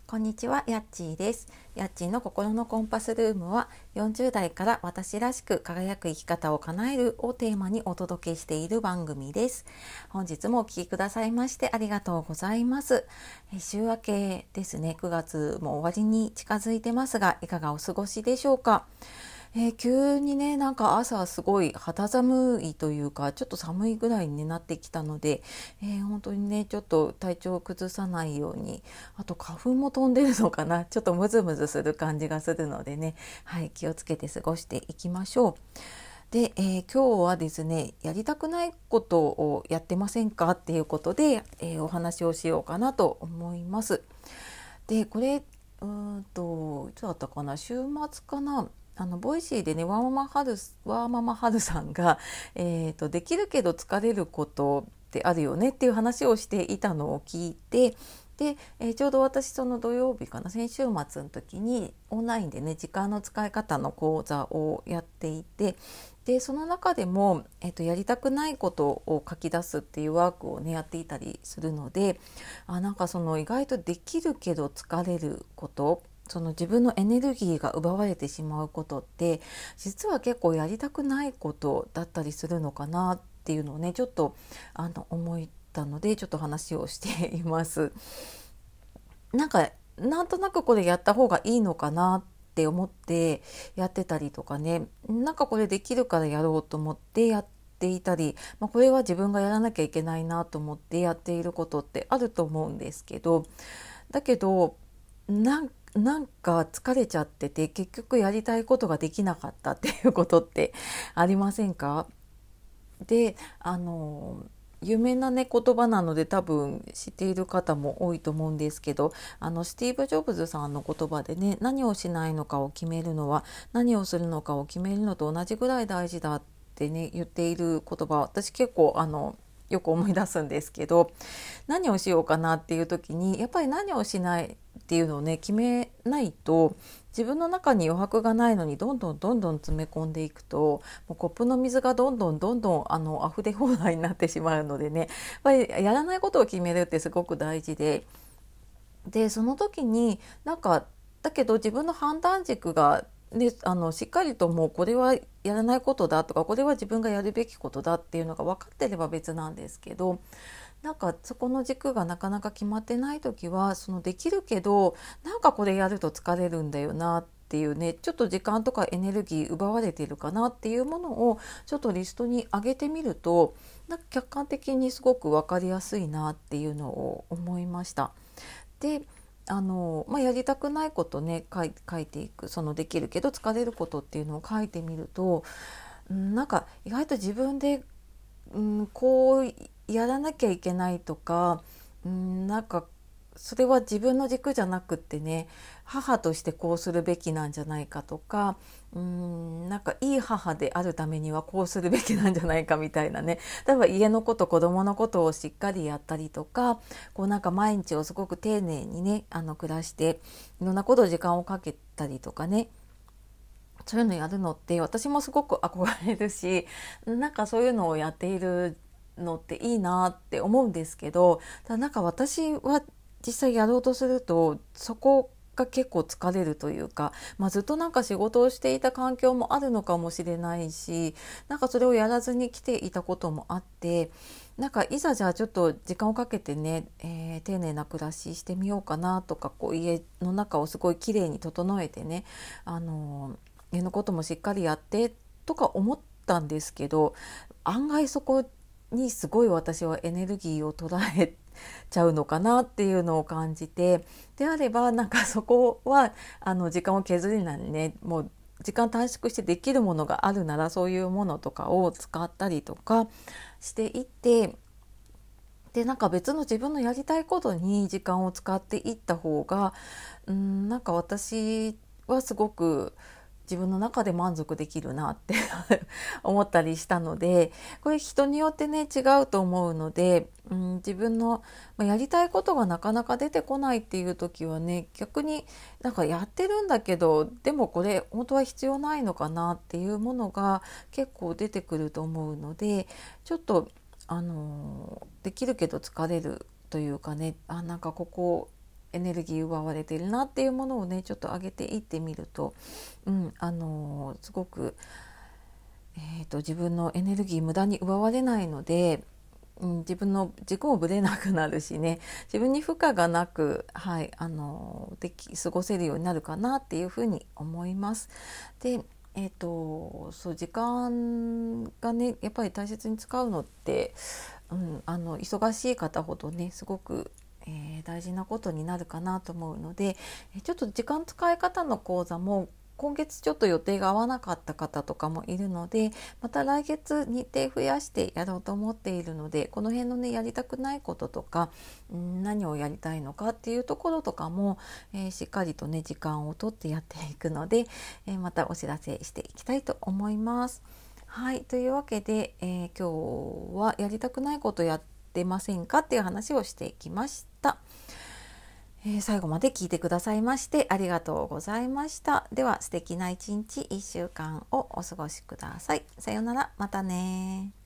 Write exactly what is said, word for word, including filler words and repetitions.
こんにちは、やっちーです。やっちーの心のコンパスルームはよんじゅう代から私らしく輝く生き方を叶えるをテーマにお届けしている番組です。本日もお聞きくださいましてありがとうございます。え週明けですね、くがつも終わりに近づいてますが、いかがお過ごしでしょうか。えー、急にねなんか朝すごい肌寒いというかちょっと寒いぐらいになってきたので、えー、本当にねちょっと体調を崩さないように、あと花粉も飛んでるのかな、ちょっとムズムズする感じがするのでね、はい、気をつけて過ごしていきましょう。で、えー、今日はですね、やりたくないことをやってませんかっていうことで、えー、お話をしようかなと思います。でこれうーんといつだったかな、週末かな、あのボイシーでねワーママハルワーママハルさんが、えーと、できるけど疲れることってあるよねっていう話をしていたのを聞いて、で、えー、ちょうど私その土曜日かな、先週末の時にオンラインでね時間の使い方の講座をやっていて、でその中でも、えーと、やりたくないことを書き出すっていうワークをねやっていたりするので、あなんかその意外とできるけど疲れること、その自分のエネルギーが奪われてしまうことって実は結構やりたくないことだったりするのかなっていうのをねちょっとあの思ったのでちょっと話をしています。なんかなんとなくこれやった方がいいのかなって思ってやってたりとかね、なんかこれできるからやろうと思ってやっていたり、まあ、これは自分がやらなきゃいけないなと思ってやっていることってあると思うんですけど、だけどなんなんか疲れちゃってて結局やりたいことができなかったっていうことってありませんか？であの有名なね言葉なので多分知っている方も多いと思うんですけど、あのスティーブ・ジョブズさんの言葉でね、何をしないのかを決めるのは何をするのかを決めるのと同じぐらい大事だってね言っている言葉、私結構あのよく思い出すんですけど、何をしようかなっていう時にやっぱり何をしないっていうのをね決めないと、自分の中に余白がないのにどんどんどんどん詰め込んでいくと、もうコップの水がどんどんどんどんあの溢れ放題になってしまうのでね、やっぱりやらないことを決めるってすごく大事で、でその時になんかだけど自分の判断軸がであのしっかりともうこれはやらないことだとかこれは自分がやるべきことだっていうのが分かってれば別なんですけど、なんかそこの軸がなかなか決まってない時は、そのできるけどなんかこれやると疲れるんだよなっていうね、ちょっと時間とかエネルギー奪われているかなっていうものをちょっとリストに上げてみると、なんか客観的にすごく分かりやすいなっていうのを思いました。であの、まあ、やりたくないことね書い、書いていく、そのできるけど疲れることっていうのを書いてみると、うん、なんか意外と自分で、うん、こうやらなきゃいけないとか、うん、なんかそれは自分の軸じゃなくってね、母としてこうするべきなんじゃないかとか、うーんなんかいい母であるためにはこうするべきなんじゃないかみたいなね、例えば家のこと子供のことをしっかりやったりとか、こうなんか毎日をすごく丁寧にねあの暮らしていろんなことを時間をかけたりとかね、そういうのやるのって私もすごく憧れるし、なんかそういうのをやっているのっていいなって思うんですけど、ただなんか私は実際やろうとするとそこが結構疲れるというか、まあ、ずっとなんか仕事をしていた環境もあるのかもしれないし、なんかそれをやらずに来ていたこともあって、なんかいざじゃあちょっと時間をかけてね、えー丁寧な暮らししてみようかなとか、こう家の中をすごい綺麗に整えてね、あの家のこともしっかりやってとか思ったんですけど、案外そこにすごい私はエネルギーを捉えちゃうのかなっていうのを感じて、であればなんかそこはあの時間を削りないね、もう時間短縮してできるものがあるならそういうものとかを使ったりとかしていって、でなんか別の自分のやりたいことに時間を使っていった方が、うんなんか私はすごく自分の中で満足できるなって思ったりしたので、これ人によってね違うと思うので、うん、自分のまあやりたいことがなかなか出てこないっていう時はね、逆になんかやってるんだけどでもこれ本当は必要ないのかなっていうものが結構出てくると思うので、ちょっとあのできるけど疲れるというかね、あなんかここエネルギー奪われてるなっていうものをねちょっと上げていってみると、うん、あのすごく、えーと、自分のエネルギー無駄に奪われないので、うん、自分の軸もぶれなくなるしね、自分に負荷がなく、はい、あのでき過ごせるようになるかなっていうふうに思います。で、えーと、そう時間がねやっぱり大切に使うのって、うん、あの忙しい方ほどねすごく、えー、大事なことになるかなと思うので、ちょっと時間使い方の講座も今月ちょっと予定が合わなかった方とかもいるので、また来月日程増やしてやろうと思っているので、この辺のねやりたくないこととか、ん何をやりたいのかっていうところとかも、えー、しっかりとね時間をとってやっていくので、えー、またお知らせしていきたいと思います。はい、というわけで、えー、今日はやりたくないことやってませんかっていう話をしていきました。えー、最後まで聞いてくださいましてありがとうございました。では素敵な一日いっしゅうかんをお過ごしください。さようなら、またね。